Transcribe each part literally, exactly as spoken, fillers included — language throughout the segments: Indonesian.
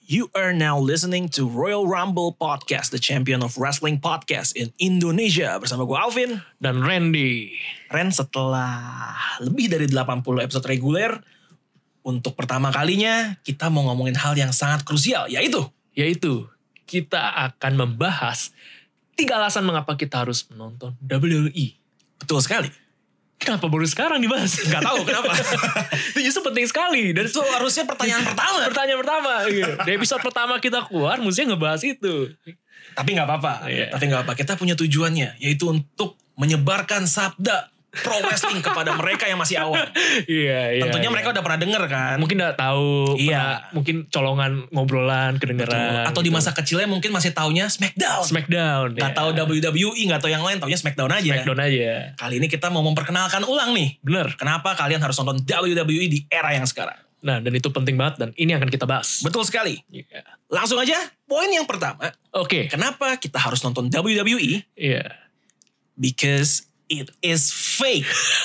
You are now listening to Royal Rumble Podcast, the champion of wrestling podcast in Indonesia. Bersama gue Alvin. Dan Randy. Ren, setelah lebih dari delapan puluh episode reguler, untuk pertama kalinya kita mau ngomongin hal yang sangat krusial, yaitu Yaitu kita akan membahas tiga alasan mengapa kita harus menonton W W E. betul sekali. Kenapa baru sekarang dibahas? Gak tahu kenapa. Itu justru penting sekali. Dan Itu harusnya pertanyaan pertama. pertanyaan pertama. Gitu. Di episode pertama kita keluar, mestinya ngebahas itu. Tapi gak apa-apa. Iya. Tapi gak apa. Kita punya tujuannya, yaitu untuk menyebarkan sabda pro wrestling kepada mereka yang masih awam. Iya, iya. Tentunya iya. mereka udah pernah denger kan. Mungkin udah tahu. Iya. Pernah, mungkin colongan ngobrolan, kedengeran. Atau di masa kecilnya mungkin masih taunya Smackdown. Smackdown. Gak ya. tahu W W E, gak tahu yang lain, taunya Smackdown aja. Smackdown aja. Kali ini kita mau memperkenalkan ulang nih. Bener. Kenapa kalian harus nonton W W E di era yang sekarang. Nah, dan itu penting banget. Dan ini akan kita bahas. Betul sekali. Iya. Langsung aja, poin yang pertama. Oke. Kenapa kita harus nonton W W E? Iya. Because it is fake.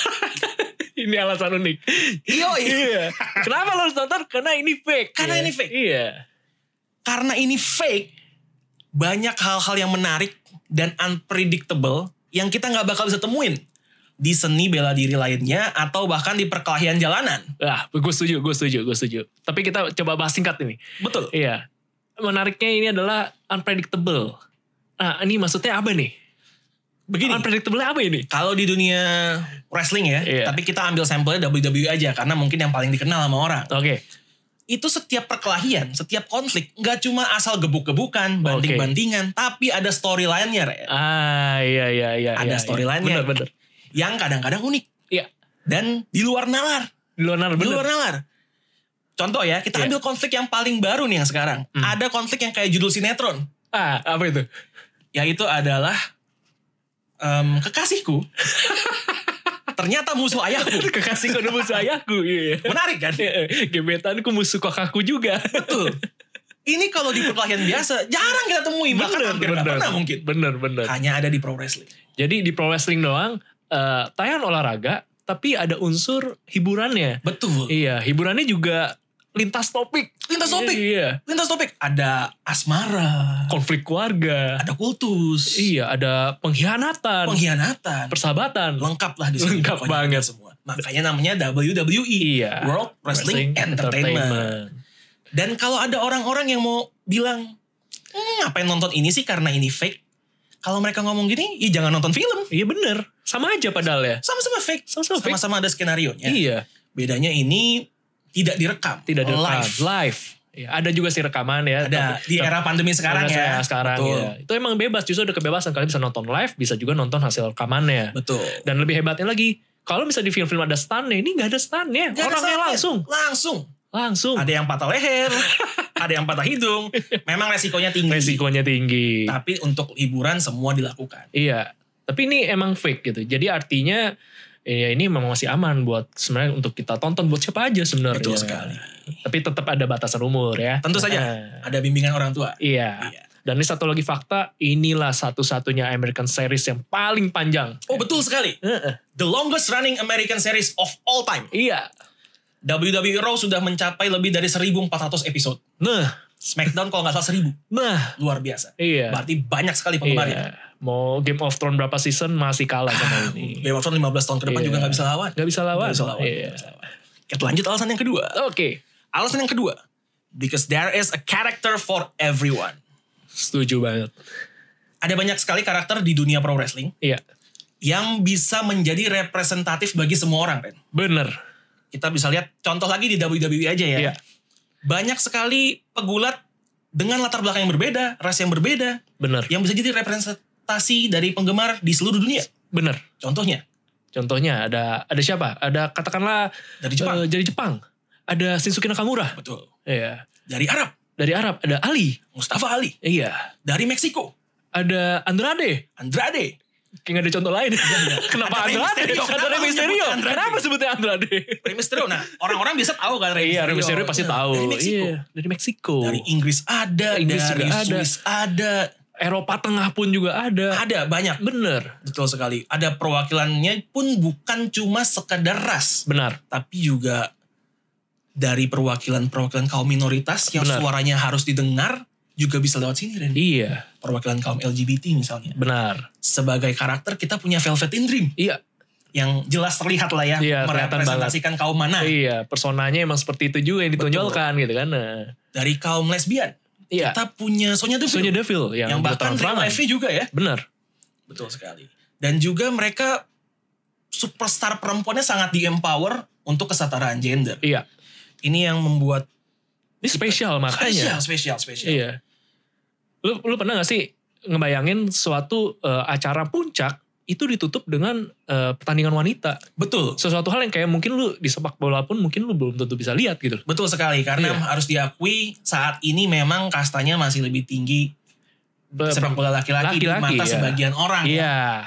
Ini alasan unik. Yoi. Iya. Kenapa lo harus nonton? Karena ini fake. Karena Iya. ini fake. Iya. Karena ini fake, banyak hal-hal yang menarik dan unpredictable yang kita gak bakal bisa temuin di seni bela diri lainnya atau bahkan di perkelahian jalanan. Ah, gue setuju, gue setuju, gue setuju. Tapi kita coba bahas singkat ini. Betul. Iya. Menariknya ini adalah unpredictable. Nah, ini maksudnya apa nih? Begini. Unpredictable apa ini? Kalau di dunia wrestling ya, Iya. tapi kita ambil sampelnya W W E aja karena mungkin yang paling dikenal sama orang. Oke. Itu setiap perkelahian, setiap konflik nggak cuma asal gebuk-gebukan, banding-bandingan, tapi ada storyline-nya, Ren. Ah, iya, iya, iya. Ada iya, storyline-nya. Bener, bener. Yang kadang-kadang unik Iya. dan di luar nalar. Di luar nalar, Di bener. luar nalar. Contoh ya, kita Iya. ambil konflik yang paling baru nih yang sekarang. Hmm. Ada konflik yang kayak judul sinetron, Ah, apa itu? yaitu adalah em, kekasihku ternyata musuh ayahku. Kekasihku dan musuh ayahku. Iya. Menarik kan? Gebetanku musuh kakakku juga. Betul. Ini kalau di perkelahian biasa jarang kita temui, bahkan hampir nggak pernah mungkin. Bener, bener. Hanya ada di pro wrestling. Jadi di pro wrestling doang, eh tayangan olahraga, tapi ada unsur hiburannya. Betul. Iya, hiburannya juga lintas topik. Lintas topik. Iya. Lintas topik. Ada asmara. Konflik keluarga. Ada kultus. Iya, ada pengkhianatan. Pengkhianatan. Persahabatan. Lengkap lah di sini. Lengkap pokoknya banget. semua. Makanya namanya W W E. Iya. World Wrestling, Entertainment. Dan kalau ada orang-orang yang mau bilang, hmm, ngapain nonton ini sih karena ini fake. Kalau mereka ngomong gini, ya jangan nonton film. Iya bener. Sama aja padahal ya. Sama-sama fake. Sama-sama fake. Sama-sama ada skenario-nya. Iya. Bedanya ini tidak direkam. Tidak ada live. live. Ya, ada juga sih rekaman ya. Ada Tapi- di era pandemi sekarang Ada ya. saya sekarang Betul. ya. Itu emang bebas, justru ada kebebasan. Kalian bisa nonton live, bisa juga nonton hasil rekamannya. Betul. Dan lebih hebatnya lagi, kalau bisa di film-film ada stuntnya, ini gak ada stuntnya. Nggak ada Orangnya salahnya. langsung. Langsung. Langsung. Ada yang patah leher. Ada yang patah hidung. Memang resikonya tinggi. Resikonya tinggi. Tapi untuk hiburan semua dilakukan. Iya. Tapi ini emang fake gitu. Jadi artinya ya ini memang masih aman buat sebenarnya untuk kita tonton buat siapa aja sebenarnya. Betul sekali. Tapi tetap ada batasan umur ya. Tentu saja. Nah, Ada bimbingan orang tua. iya. Iya. Dan ini satu lagi fakta, inilah satu-satunya American series yang paling panjang. Oh betul sekali. Heeh. The longest running American series of all time. Iya. W W E Raw sudah mencapai lebih dari seribu empat ratus episode. Nah, Smackdown kalau nggak salah seribu. nah. Luar biasa. Iya. Berarti banyak sekali penggemarnya. Iya. Mau Game of Thrones berapa season masih kalah sama ini. Game of Thrones lima belas tahun ke depan Iya. juga nggak bisa lawan. Gak bisa lawan. Nggak bisa lawan. Iya. Nggak bisa lawan. Kita lanjut alasan yang kedua. Oke. Alasan yang kedua. Because there is a character for everyone. Setuju banget. Ada banyak sekali karakter di dunia pro wrestling Iya. yang bisa menjadi representatif bagi semua orang, Ren. Bener. Kita bisa lihat contoh lagi di W W E aja ya. Iya. Banyak sekali pegulat dengan latar belakang yang berbeda, ras yang berbeda, Bener. yang bisa jadi representasi dari penggemar di seluruh dunia. Bener. Contohnya Contohnya ada ada siapa? Ada katakanlah dari Jepang. eh, dari Jepang. Ada Shinsuke Nakamura. Betul. Iya. Dari Arab, Dari Arab ada Ali. Mustafa Ali. Iya. Dari Meksiko, Ada Andrade. Andrade. Kayak gak ada contoh lain. Kenapa Ada Rey Andrade? Mysterio. Ada Kenapa Rey lu Mysterio. sebut Andrade? Kenapa sebutnya Andrade? Rey Mysterio. Nah, orang-orang bisa tahu kan Rey Iya, Rey Mysterio pasti tahu. Dari Meksiko. Iya, dari Meksiko. Dari Inggris ada, Inggris dari juga ada. Swiss ada. Eropa Tengah pun juga ada. Ada banyak. Bener. Betul sekali. Ada perwakilannya pun bukan cuma sekedar ras. Benar. Tapi juga dari perwakilan-perwakilan kaum minoritas yang Benar. suaranya harus didengar juga bisa lewat sini, Ren. Iya, Perwakilan kaum L G B T misalnya. benar. Sebagai karakter kita punya Velvet in Dream Iya, yang jelas terlihat lah ya, Iya, kelihatan merepresentasikan kaum mana. iya. Personanya emang seperti itu juga yang ditonjolkan gitu kan. Nah, Dari kaum lesbian iya. kita punya Sonya Deville, Sonya Deville yang, yang bahkan real terang-terangan. life juga ya. Benar. Betul sekali. Dan juga mereka superstar perempuannya sangat di-empower untuk kesetaraan gender. Iya. Ini yang membuat Ini spesial makanya. spesial, spesial, spesial. Iya. Lu lu pernah gak sih ngebayangin suatu uh, acara puncak itu ditutup dengan uh, pertandingan wanita? Betul. Sesuatu hal yang kayak mungkin lu di sepak bola pun mungkin lu belum tentu bisa lihat gitu. Betul sekali. Karena Iya. harus diakui saat ini memang kastanya masih lebih tinggi Be- sepak bola laki-laki, di laki-laki, mata ya. sebagian orang. Iya.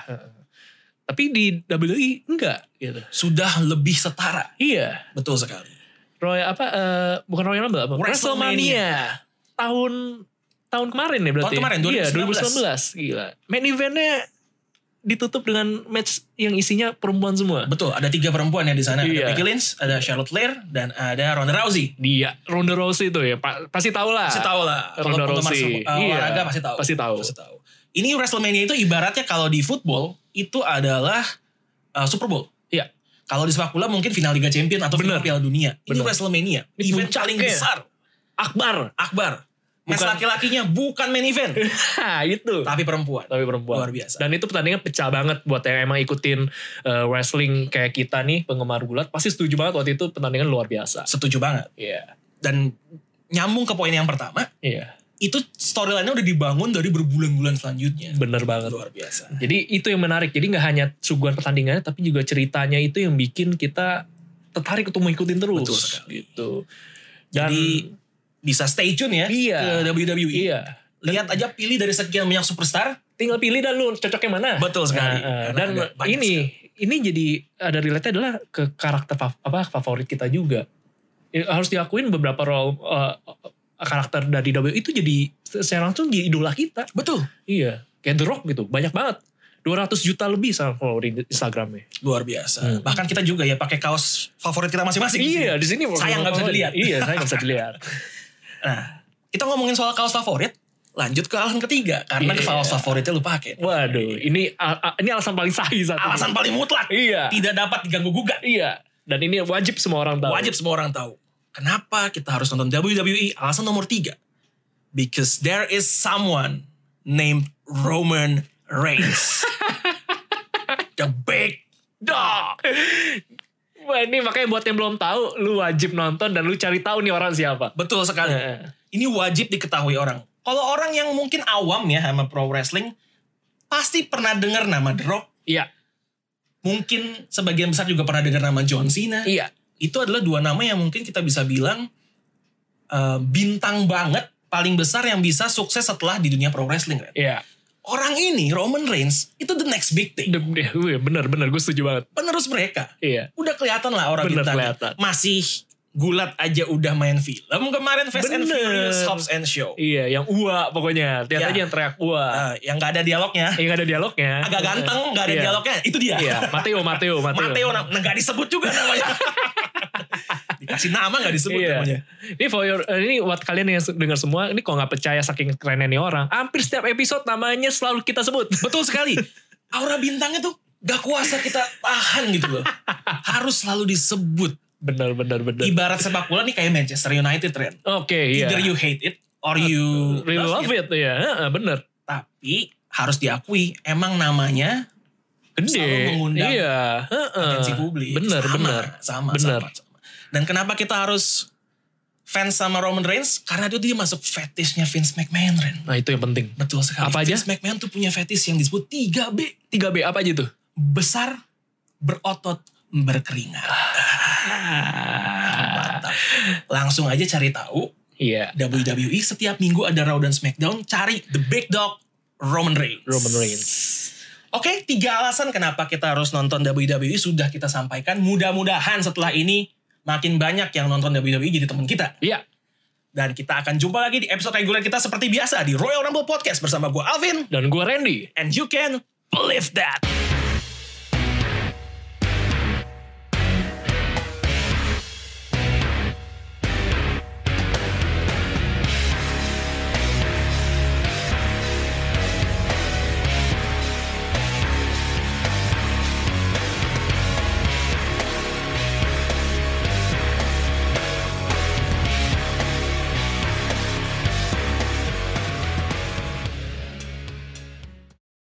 Tapi di W W E enggak gitu. Sudah lebih setara. Iya. Betul sekali. Roy apa uh, bukan Royal Rumble apa? WrestleMania. WrestleMania. Tahun tahun kemarin ya berarti. Tahun kemarin, Iya, dua ribu sembilan belas. dua ribu sembilan belas. Gila. Main eventnya ditutup dengan match yang isinya perempuan semua. Betul. Ada tiga perempuan ya di sana. Iya. Ada Becky Lynch, ada Charlotte Flair, dan ada Ronda Rousey. Dia Ronda Rousey itu ya, pa- pasti tahu lah. Pasti tahu lah. Kalau Ronda penggemar Rousey. uh, Iya, olahraga pasti tahu. pasti tahu. Pasti tahu. Ini WrestleMania itu ibaratnya kalau di football itu adalah uh, Super Bowl. Iya. Kalau di sepak bola mungkin final Liga Champions atau final Bener. Piala Dunia. Ini Bener. WrestleMania. Ini Event paling puncaknya. besar. Akbar. Akbar. Match Bukan- laki-lakinya bukan main event. Hah, itu. tapi perempuan. Tapi perempuan. Luar biasa. Dan itu pertandingan pecah banget buat yang emang ikutin uh, wrestling kayak kita nih, penggemar gulat. Pasti setuju banget waktu itu pertandingan luar biasa. Setuju banget. Iya. Dan nyambung ke poin yang pertama. Iya. Itu storyline-nya udah dibangun dari berbulan-bulan selanjutnya. Bener banget. Luar biasa. Jadi itu yang menarik. Jadi gak hanya suguhan pertandingannya, tapi juga ceritanya itu yang bikin kita tertarik untuk mengikutin terus. Betul sekali. Gitu. Dan Jadi bisa stay tune ya Iya. ke W W E. iya. Lihat aja, pilih dari sekian banyak superstar. Tinggal pilih dan lu cocok yang mana. Betul sekali. Nah, Karena dan ada banyak ini ini jadi ada relate adalah ke karakter fav- apa favorit kita juga. Ya, harus diakuin beberapa role uh, karakter dari W W E itu jadi secara langsung jadi idola kita. Betul. Iya, kayak The Rock gitu, banyak banget. dua ratus juta lebih sama follower di Instagramnya. Luar biasa. Hmm. Bahkan kita juga ya pakai kaos favorit kita masing-masing. di sini. Iya, di sini Sayang nggak bisa dilihat. Iya, saya nggak bisa dilihat. Nah, kita ngomongin soal kaos favorit, lanjut ke alasan ketiga. Karena Iya. kaos favoritnya lu pakai. Waduh, ini a- a- ini alasan paling sahih saat ini. Alasan paling mutlak. Iya. Tidak dapat diganggu gugat. Iya, dan ini wajib semua orang tahu. Wajib semua orang tahu. Kenapa kita harus nonton W W E? Alasan nomor tiga. Because there is someone named Roman Reigns. The big dog. Wah, ini makanya buat yang belum tahu, lu wajib nonton dan lu cari tahu nih orang siapa. Betul sekali. Heeh. Ini wajib diketahui orang. Kalau orang yang mungkin awam ya sama pro wrestling, pasti pernah dengar nama The Rock. Iya, Mungkin sebagian besar juga pernah dengar nama John Cena. iya, Itu adalah dua nama yang mungkin kita bisa bilang uh, bintang banget, paling besar yang bisa sukses setelah di dunia pro wrestling. Ren. iya. Orang ini, Roman Reigns, itu the next big thing. De- de- wih, Bener, bener, gue setuju banget. Penerus mereka. Iya, Udah kelihatan lah orang Bener bintangnya. kelihatan. Masih gulat aja udah main film. Kemarin Fast and Bener. Furious, Hobbs and Show. iya, yang ua pokoknya. Lihat Iya. aja yang teriak ua. Uh, yang gak ada dialognya. Yang ada dialognya. Agak ganteng, gak ada Iya. dialognya. Itu dia. Iya, Mateo, Mateo, Mateo. Mateo, nah, gak disebut juga namanya. Dikasih nama gak disebut Iya. namanya. Ini for your, eh, ini buat kalian yang dengar semua, ini kalau nggak percaya saking kerennya nih orang, hampir setiap episode namanya selalu kita sebut. Betul sekali. Aura bintangnya tuh gak kuasa kita tahan gitu loh. Harus selalu disebut. Bener, bener, bener. Ibarat sepak bola nih kayak Manchester United, Ren. Oke, iya. Either you hate it or you Really love it, ya, Heeh, bener. Tapi harus diakui, emang namanya Gede. selalu mengundang Iya, heeh. atensi publik. Bener, sama, bener. Sama, Bener. sama, sama. Dan kenapa kita harus fans sama Roman Reigns? Karena dia, dia masuk fetishnya Vince McMahon, Ren. Nah, itu yang penting. Betul sekali. Apa aja? Vince McMahon tuh punya fetish yang disebut tiga B. tiga B apa aja tuh? Besar, berotot, berkeringat. Mantap. Langsung aja cari tahu. Iya, W W E setiap minggu ada Raw dan SmackDown. Cari The Big Dog, Roman Reigns. Roman Reigns. Oke, tiga alasan kenapa kita harus nonton W W E sudah kita sampaikan. Mudah-mudahan setelah ini makin banyak yang nonton W W E jadi teman kita. Iya. Dan kita akan jumpa lagi di episode reguler kita seperti biasa di Royal Rumble Podcast bersama gue Alvin. Dan gue Randy. And you can believe that.